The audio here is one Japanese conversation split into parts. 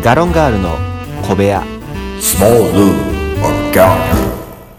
ガロンガールの小部屋。 Small Lou or Gallagher。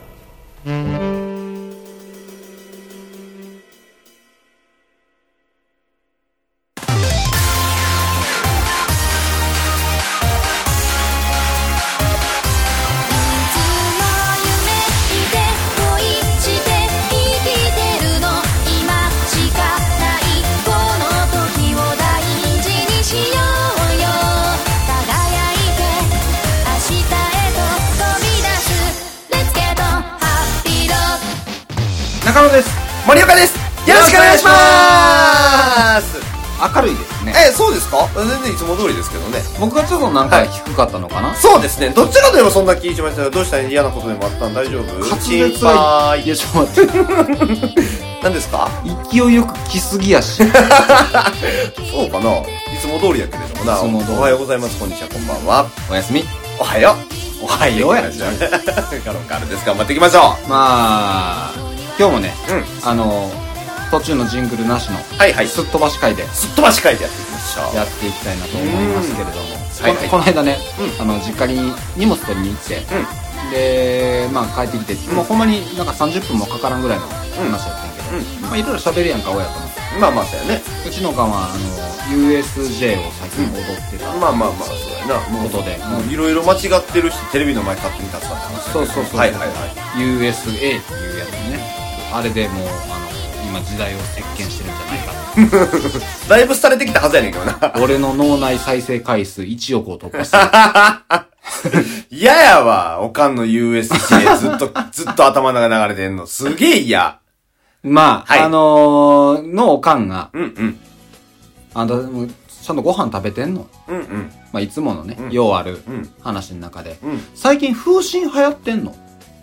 中野です。 森岡です。よろしくお願いします。 明るいですね。 そうですか？全然いつも通りですけどね。 僕がちょっとなんか低かったのかな、 そうですね。どっちかといえばそんな気しましたが、どうしたら嫌なことでもあったん？大丈夫？ 滑舌は、いや、ちょっと待って。 何ですか？ 勢いよく来すぎやし。 そうかな？いつも通りやけれどもな。 いつも通り。 おはようございます。こんにちは。こんばんは。 おやすみ。 おはよう。 おはようやじゃん。 ガロンガールです。頑張っていきましょう。 まあ、今日もね、途中のジングルなしの、 はいはい。 すっ飛ばし会で、 すっ飛ばし会でやっていきましょう。 やっていきたいなと思いますけれども、 はいはいこの間ね、実家に荷物取りに行って、で、まあ帰ってきて、もうほんまになんか30分もかからんぐらいの話やってんけど、まあいろいろ喋るやんか、親とも。 まあまあそうやね。 うちのおかんはUSJ を最近踊ってた、 まあまあまあそうやな。 ことで、 いろいろ間違ってるし、テレビの前勝手に立つたって話。 そうそうそう、 はいはいはい。 USA っていうやつね、あれでもう今時代を席巻してるんじゃないか。 だいぶ廃れてきたはずやねんけどな。 俺の脳内再生回数1億を突破してる。 嫌やわ。おかんの USJ ずっと頭の中流れてんの。すげえ嫌。 まあ、 はいのおかんが、もうちゃんとご飯食べてんの。まあ、いつものね、ようある話の中で、最近風神流行ってんの。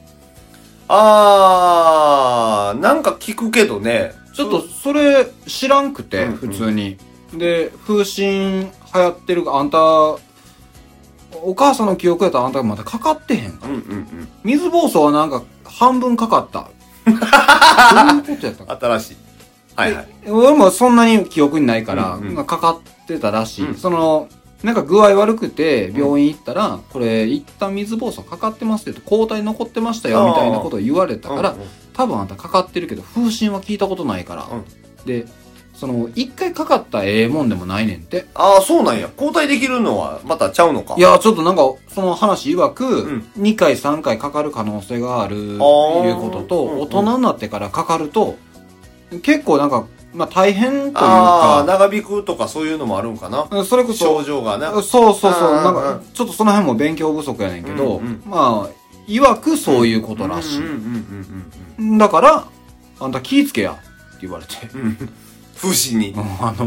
なんか聞くけどね。 ちょっとそれ知らんくて、普通に。で、風神流行ってるあんた、お母さんの記憶やったらあんたまだかかってへんから。水疱瘡はなんか半分かかった。どういうことやったか。 新しい。はいはい。 俺もそんなに記憶にないから、かかってたらしい。なんか具合悪くて病院行ったら、これ一旦水疱瘡かかってますって抗体残ってましたよみたいなことを言われたから、多分あんたかかってるけど風疹は聞いたことないから、で一回かかったもんでもないねんって。 そうなんや。交代できるのはまたちゃうのか。 いや、ちょっとなんかその話曰く、2回3回かかる可能性があるいうことと、大人になってからかかると結構なんかまあ大変というか、 長引くとかそういうのもあるんかな。 それこそ症状がな。 そうなんかちょっとその辺も勉強不足やねんけど、まあ曰くそういうことらしい。だからあんた気ぃつけやって言われて、 風疹に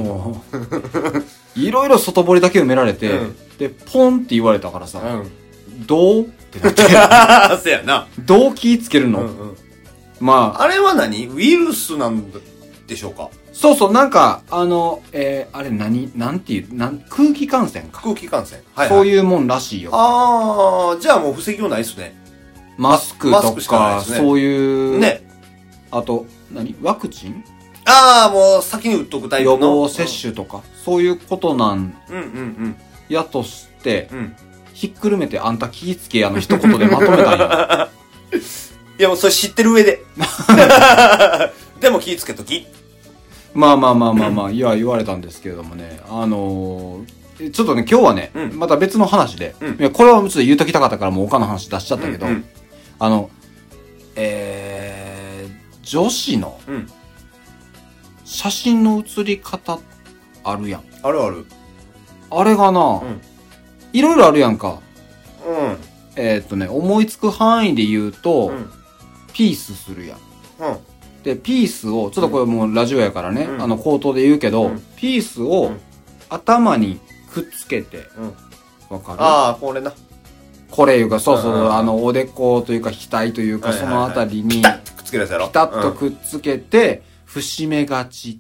いろいろ外堀だけ埋められて、でポンって言われたからさ、どうってなって。 そやな。 どう気ぃつけるの？まああれは何？ウイルスなんでしょうか？ そうそう、なんかあれなんていう空気感染か。 空気感染。 そういうもんらしいよ。 じゃあもう防ぎようないっすね。 マスクとかそういうね。 あとワクチン？ もう先に打っとくタイプの予防接種とか、そういうことなんやとして、ひっくるめてあんた気ぃつけやの一言でまとめたんや。 いやもうそれ知ってる上で。でも気ぃつけとき。 まあ、いや言われたんですけれどもね、ちょっとね今日はね、また別の話で、いやこれはちょっと言うときたかったからもう他の話出しちゃったけど、女子の写真の写り方あるやん。 あるある。 あれがな、いろいろあるやんか。思いつく範囲で言うと、ピースするやん。で、ピースを、ちょっとこれもうラジオやからね、口頭で言うけど、ピースを頭にくっつけて、わかる？ これな。 これいうか、そうそう、おでこというか、額というか、そのあたりに、 ピタッとくっつけるやつやろ？ ピタッとくっつけて、節目がち。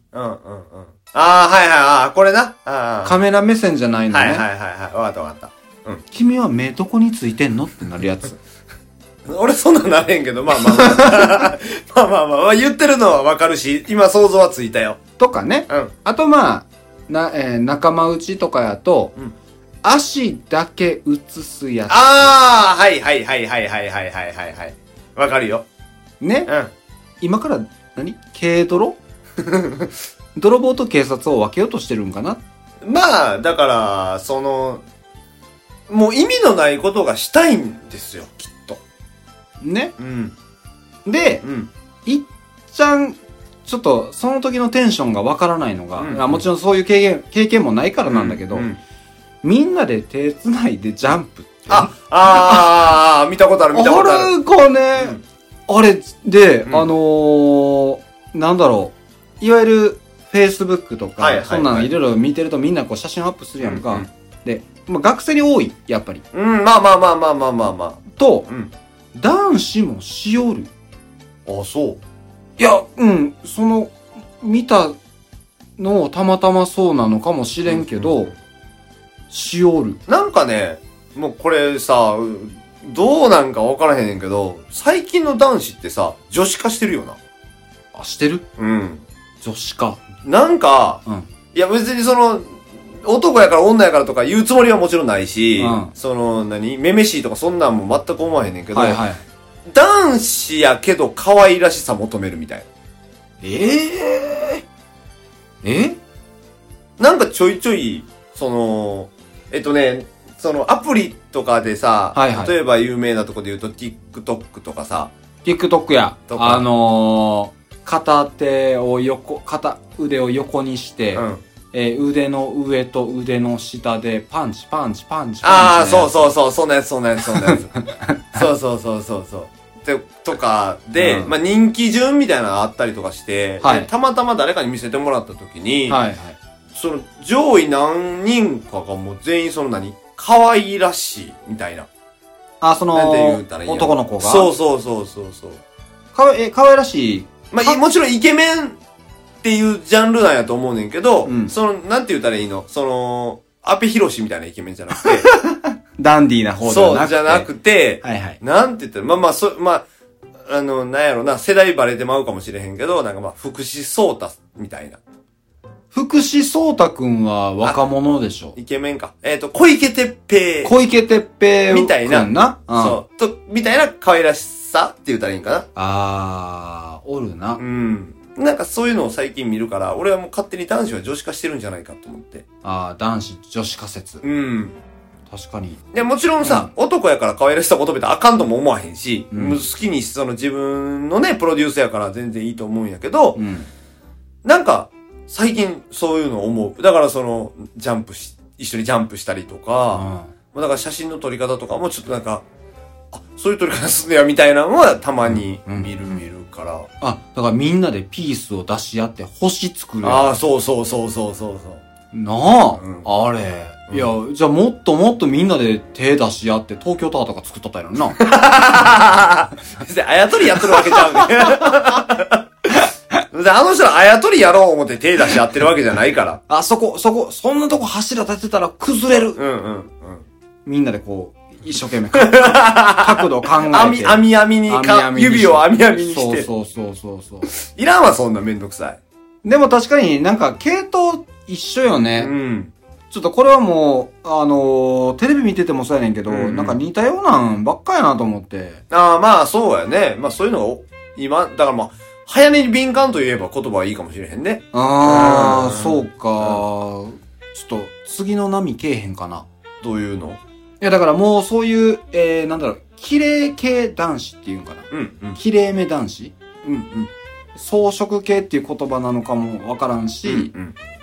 これな。 カメラ目線じゃないのね。 わかったわかった。 君は目どこについてんのってなるやつ。 俺そんなんなれんけど、まあ言ってるのはわかるし、今想像はついたよ。 とかね。あと仲間内とかやと、 足だけ映すやつ。 ああ、はいはいはいはいはいはいはいはいはい。わかるよ。 ね、 うん。 今から軽泥泥棒と警察を分けようとしてるんかな。 まあ、だから、もう意味のないことがしたいんですよ、きっと。 ね。 うん。 で、 うん。 いっちゃん、ちょっとその時のテンションがわからないのが、もちろんそういう経験もないからなんだけど、みんなで手繋いでジャンプって。 見たことある見たことある。 あれがね、あれで、なんだろう、いわゆるFacebook とか、そんなのいろいろ見てるとみんなこう写真アップするやんか。で、学生に多い、やっぱり。 まあ。 と、男子もしおる。 あ、そう。 いや、見たのをたまたまそうなのかもしれんけど、しおる。 なんかね、もうこれさ、どうなんかわからへんねんけど、最近の男子ってさ、女子化してるよな。 あ、してる？ うん。 女子化。 なんか、いや別に男やから女やからとか言うつもりはもちろんないし、めめしいとかそんなんも全く思わへんねんけど、男子やけど可愛らしさ求めるみたいな。なんかちょいちょい、アプリとかでさ、例えば有名なとこで言うと TikTok とかさ。 TikTok や。腕を横にして、腕の上と腕の下でパンチ。 ああ、そう、そんなやつ。そう。とかで、人気順みたいなのがあったりとかして、たまたま誰かに見せてもらった時に、上位何人かがもう全員可愛らしいみたいな。 なんて言うたらいい男の子がそう。 可愛らしい。 もちろんイケメンっていうジャンルなんやと思うねんけど、なんて言うたらいいの阿部寛みたいなイケメンじゃなくて。 ダンディーな方じゃなくて、なんて言ったら、なんやろな、世代バレてまうかもしれへんけど、福士蒼太みたいな。 福士蒼太くんは若者でしょ。 イケメンか。小池徹平。 みたいな。 みたいな可愛らしさって言ったらいいんかな。おるな。 なんかそういうのを最近見るから、俺はもう勝手に男子は女子化してるんじゃないかと思って。 男子女子化説。確かに。 で、もちろんさ、男やから可愛らしさ求めたらあかんとも思わへんし、好きに自分のね、プロデュースやから全然いいと思うんやけど、なんか、最近そういうの思う。だから一緒にジャンプしたりとか、だから写真の撮り方とかもちょっとなんか、そういう撮り方すんねやみたいなのはたまに見るから。 だからみんなでピースを出し合って星作る。 そう。 なあ、あれ。いや、じゃあもっとみんなで手出し合って東京タワーとか作っとったやろな。 別にあやとりやってるわけちゃうね。あの人はあやとりやろう思って手出し合ってるわけじゃないから。 そんなとこ柱立てたら崩れる。みんなでこう、一生懸命角度考えて。 網に指を網にして。 そう。 いらんわ、そんなめんどくさい。 でも確かになんか系統一緒よね。ちょっとこれはもう、テレビ見ててもそうやねんけど、なんか似たようなんばっかやなと思って。 そうやね。そういうのを、だから早寝に敏感といえば言葉はいいかもしれへんね。 そうか。ちょっと、次の波けえへんかな。 どういうの？ いや、だからもうそういう、綺麗系男子っていうんかな。綺麗め男子？装飾系っていう言葉なのかもわからんし、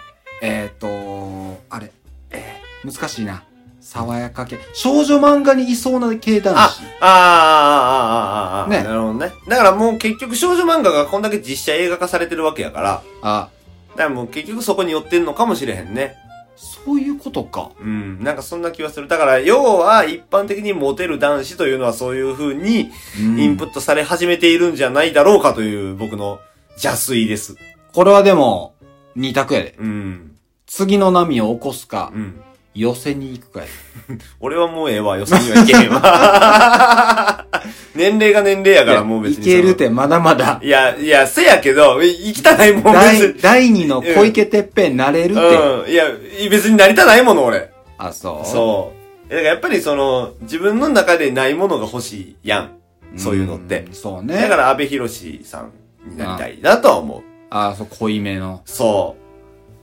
あれ、難しいな。爽やか系。少女漫画にいそうな系男子。 ね。なるほどね。だからもう結局少女漫画がこんだけ実写映画化されてるわけやから。だからもう結局そこに寄ってんのかもしれへんね。 そういうことか。 なんかそんな気はする。だから要は一般的にモテる男子というのはそういう風にインプットされ始めているんじゃないだろうかという僕の邪推です。 これはでも、二択やで。次の波を起こすか、寄せに行くかや。 俺はもう寄せには行けへんわ。年齢が年齢やからもう別に。 いけるってまだまだ。 いや、せやけど、行きたないもん別に。第二の小池てっぺんなれるって。 いや、別になりたないもの俺。 あ、そう。 そう。だからやっぱり自分の中でないものが欲しいやん。そういうのって。 そうね。 だから安部寛さんになりたいなとは思う。 あ、そう、濃いめの。 そう。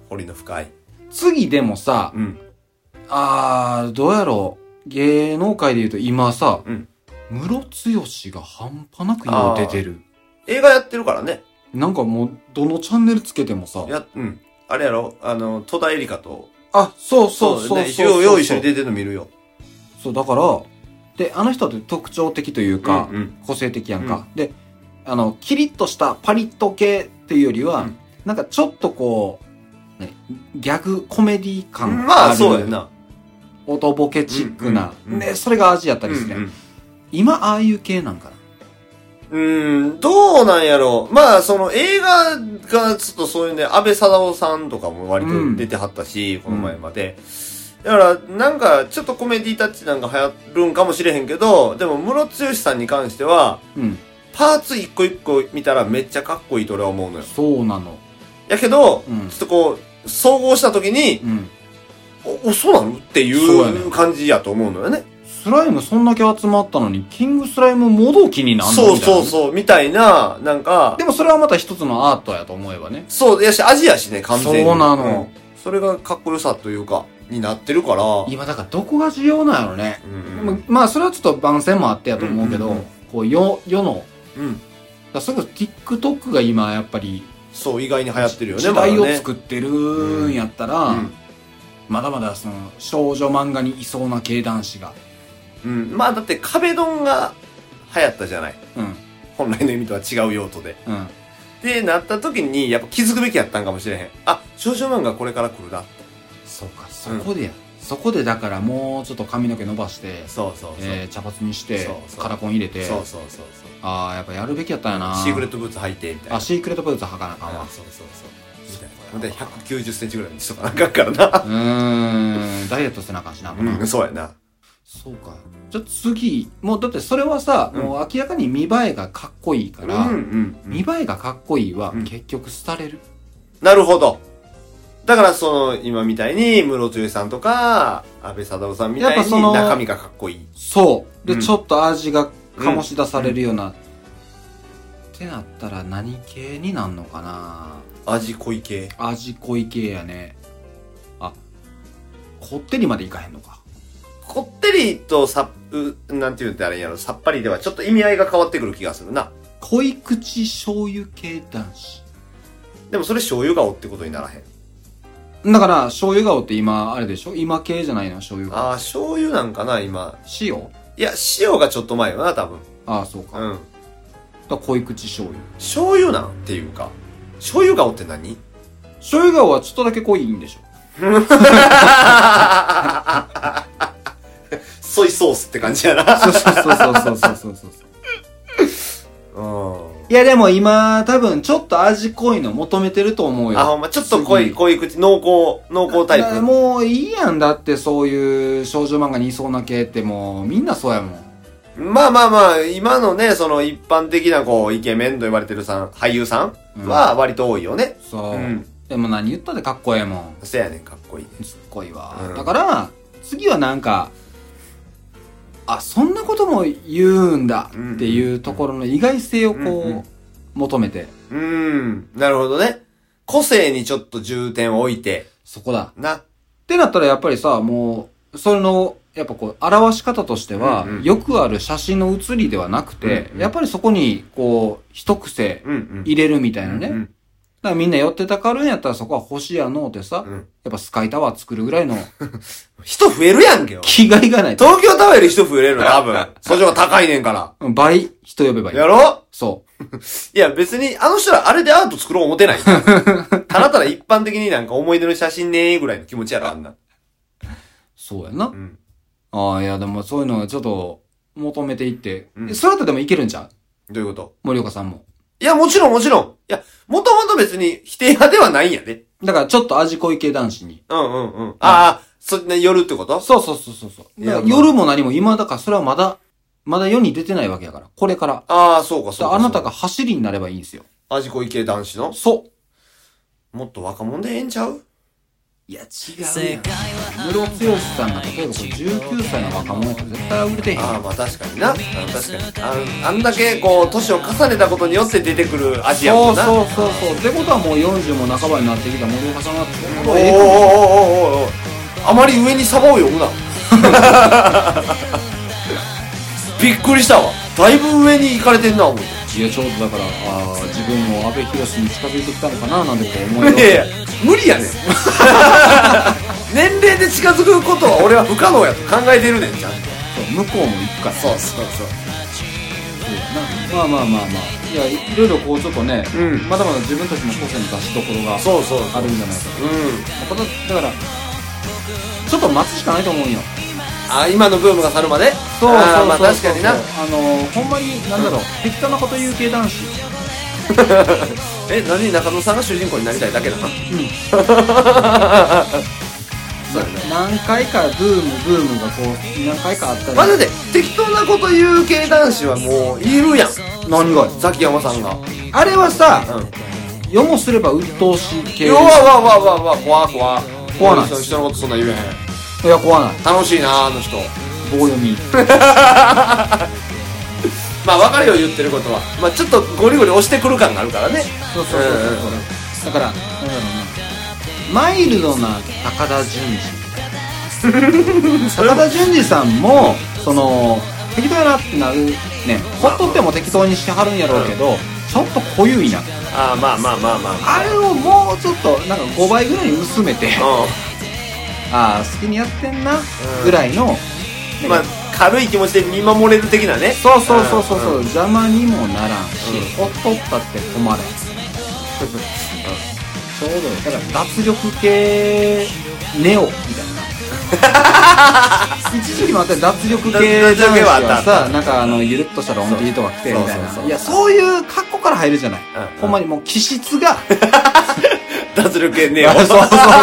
彫りの深い。 次でもさ、どうやろう。芸能界で言うと今さ、ムロツヨシが半端なくよう出てる。 映画やってるからね。 なんかもう、どのチャンネルつけてもさ。 あれやろ戸田恵梨香と。 あ、そうそうそうそう。 よう一緒に出てるの見るよ。 そう、だから、で、あの人って特徴的というか、個性的やんか。で、キリッとしたパリッと系っていうよりは、なんかちょっとこう、ね、ギャグコメディ感ある。 まあ、そうやな。 音ボケチックな。ね、それが味やったりする。今、ああいう系なんかな。 どうなんやろう。まあ、映画がちょっとそういうね、安倍貞夫さんとかも割と出てはったし、この前まで。だから、なんか、ちょっとコメディタッチなんか流行るんかもしれへんけど、でも、ムロツヨシさんに関しては、パーツ一個一個見たらめっちゃかっこいいと俺は思うのよ。 そうなの。 やけど、ちょっとこう、総合した時に、そうなのっていう感じやと思うのよね。 スライムそんだけ集まったのに、キングスライムもどきになんのそう、みたいな、なんか。 でもそれはまた一つのアートやと思えばね。 そう、やし、アジやしね、完全に。 そうなの。 それがかっこよさというか、になってるから。 今だからどこが需要なんやろね。まあ、それはちょっと番宣もあってやと思うけど、こう、世の、だそれこそ TikTok が今やっぱり、 そう、意外に流行ってるよね、 時代を作ってるんやったら、まだまだ少女漫画にいそうな系男子が。 まあだって壁ドンが流行ったじゃない。本来の意味とは違う用途で。で、なった時に、やっぱ気づくべきやったんかもしれへん。あ、少女漫画これから来るな。 そうか、そこでや。そこでだからもうちょっと髪の毛伸ばして、茶髪にして、カラコン入れて、ああ、やっぱやるべきやったんやな。 シークレットブーツ履いて、みたいな。 あ、シークレットブーツ履かなあかんわ。 で、190センチぐらいにしとかなあかんからな。 ダイエットせなあかんしな。 そうやな。 そうか。じゃあ次、もうだってそれはさ、もう明らかに見栄えがかっこいいから、見栄えがかっこいいは結局廃れる。 なるほど。だから今みたいに、ムロツヨシさんとか、安倍貞夫さんみたいに中身がかっこいい。 そう。で、ちょっと味が醸し出されるような。ってなったら何系になんのかな。 味濃い系。 味濃い系やね。あ、こってりまでいかへんのか。 こってりとなんて言うんだあれやろ、さっぱりではちょっと意味合いが変わってくる気がするな。 濃い口醤油系男子。 でもそれ醤油顔ってことにならへん。 だから、醤油顔って今、あれでしょ？今系じゃないの醤油顔。 ああ、醤油なんかな、今。 塩？ いや、塩がちょっと前よな、多分。 ああ、そうか。だから濃い口醤油。 醤油なんていうか。醤油顔って何？ 醤油顔はちょっとだけ濃いんでしょ。 ソイソースって感じやな。 そう。いやでも今多分ちょっと味濃いの求めてると思うよ。 あ、ほんまちょっと濃い口、濃厚タイプ。 もういいやんだってそういう少女漫画にいそうな系ってもうみんなそうやもん。 まあ、今のね、一般的なイケメンと言われてる俳優さんは割と多いよね。 そう。でも何言ったってかっこええもん。 そうやねん、かっこいいね。 すっごいわ。だから、次はなんか、あ、そんなことも言うんだっていうところの意外性を求めて。 なるほどね。個性にちょっと重点を置いて。 そこだ。ってなったらやっぱりさ、もう、それの、やっぱ表し方としては、よくある写真の写りではなくて、やっぱりそこに、一癖入れるみたいなね。だからみんな寄ってたかるんやったらそこは星やのうてさ、やっぱスカイタワー作るぐらいの。 人増えるやんけよ。 気概がない。 東京タワーより人増えるの多分。そっちが高いねんから。 倍人呼べばいい。 やろ？ そう。 いや別にあの人らあれでアート作ろう思ってない。ただただ一般的になんか思い出の写真ねーぐらいの気持ちやろ、あんな。 そうやな。ああ、いやでもそういうのはちょっと求めていって。それだとでもいけるんちゃう？どういうこと？ 森岡さんも。 いや、もちろん。いや、もともと別に否定派ではないんやで。 だからちょっと味濃い系男子に。 ああ、夜ってこと？ そう。夜も何も今だからそれはまだ世に出てないわけやから。これから。 ああ、そうか。 あなたが走りになればいいんですよ。 味濃い系男子の？ そう。 もっと若者でええんちゃう？ いや、違うやん。ムロツヨシさんが例えばこれ19歳の若者って絶対売れてへん。 ああ、まあ確かにな。確かに。あんだけこう、年を重ねたことによって出てくる味やもんな。 そう。ってことはもう40も半ばになってきた森岡さんがってことはおあまり上にサバを読むな。びっくりしたわ。だいぶ上に行かれてんな、思う。 いや、ちょうどだから、自分も阿部寛に近づいてきたのかななんて思います。 いやいや、無理やねん。年齢で近づくことは俺は不可能やと考えてるねん、ちゃんと。 向こうも行くから。そう。まあ。いや、いろいろこうちょっとね、まだまだ自分たちの個性の出しどころがあるんじゃないかと。だから、ちょっと待つしかないと思うよ。 今のブームが去るまで。 そう。 まあ確かにな。 ほんまに、なんだろう、適当なこと言う系男子。 何中野さんが主人公になりたいだけだな。 何回かブームがこう何回かあったら。 まだで適当なこと言う系男子はもういるやん。 何がザキヤマさんが。 あれはさ、世もすれば鬱陶しい系。 怖ない。人のことそんな言えへん。 いや、怖ない。 楽しいな、あの人。 棒読み。 まあ分かるよ、言ってることは。まあちょっとゴリゴリ押してくる感があるからね。 そう。だから、なんだろうな。マイルドな高田純次。高田純次さんも、適当やなってなる、ね、ほっとっても適当にしてはるんやろうけど、ちょっと濃ゆいな。 まあ。 あれをもうちょっと、なんか5倍ぐらいに薄めて、好きにやってんな、ぐらいの、 まあ、軽い気持ちで見守れる的なね。 そう。邪魔にもならんし、ほっとったって困れん。ちょうどよ。だから脱力系ネオみたいな。一時期もあった脱力系男子はさ、なんかゆるっとしたロンティーとか着てみたいな。いや、そういう格好から入るじゃない。ほんまにもう気質が。 脱力系ネオ。 そう。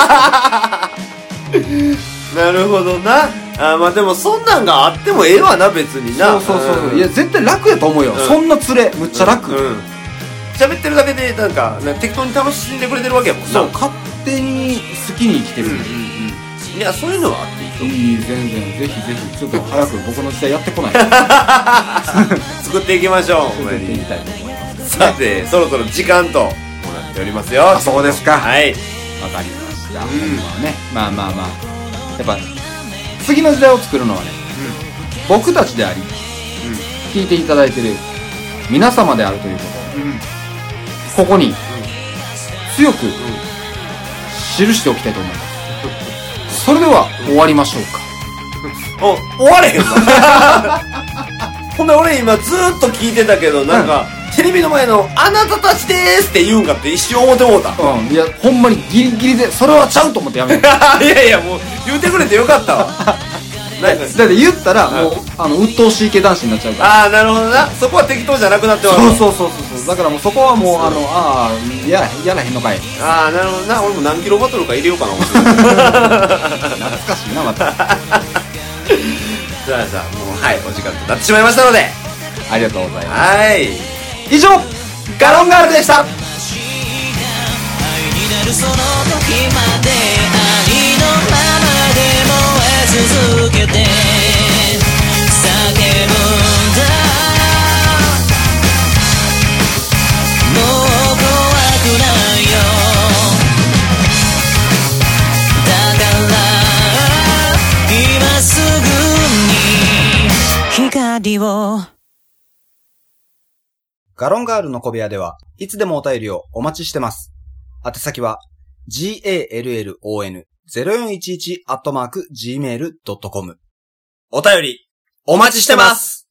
なるほどな。まあでもそんなんがあってもええわな、別にな。 そう。いや、絶対楽やと思うよ。そんな連れ、むっちゃ楽。 喋ってるだけで、なんか、適当に楽しんでくれてるわけやもんな。 そう、勝手に好きに生きてる。 いや、そういうのはあっていいと思う。 いい、全然、ぜひ、ちょっと早く僕の時代やってこない。 作っていきましょう。 作っていきたいと思います。 さて、そろそろ時間となっておりますよ。 そうですか。 はい。 わかりました。今度はね、まあ。やっぱ、次の時代を作るのはね、僕たちであり、聞いていただいてる皆様であるということを、ここに、強く、記しておきたいと思います。それでは、終わりましょうか。 終われへんわ。ほんで俺今ずーっと聞いてたけど、なんか、テレビの前のあなたたちでーすって言うんかって一瞬思ってもうた。 いや、ほんまにギリギリで、それはちゃうと思ってやめた。 いや、もう、言うてくれてよかったわ。 だって言ったら、もう、鬱陶しい系男子になっちゃうから。 なるほどな。そこは適当じゃなくなってます。 そう。だからもうそこはもう、やらへんのかい。 なるほどな。俺も何キロバトルか入れようかな思って。 懐かしいな、また。 さあ、もう、はい、お時間となってしまいましたので。 ありがとうございます。 はい。 以上、ガロンガールでした。 その時までありのままで燃え続けて叫ぶんだ。もう怖くないよ。だから今すぐに光を。 ガロンガールの小部屋ではいつでもお便りをお待ちしてます。宛先は gallon0411@gmail.com。 お便りお待ちしてます。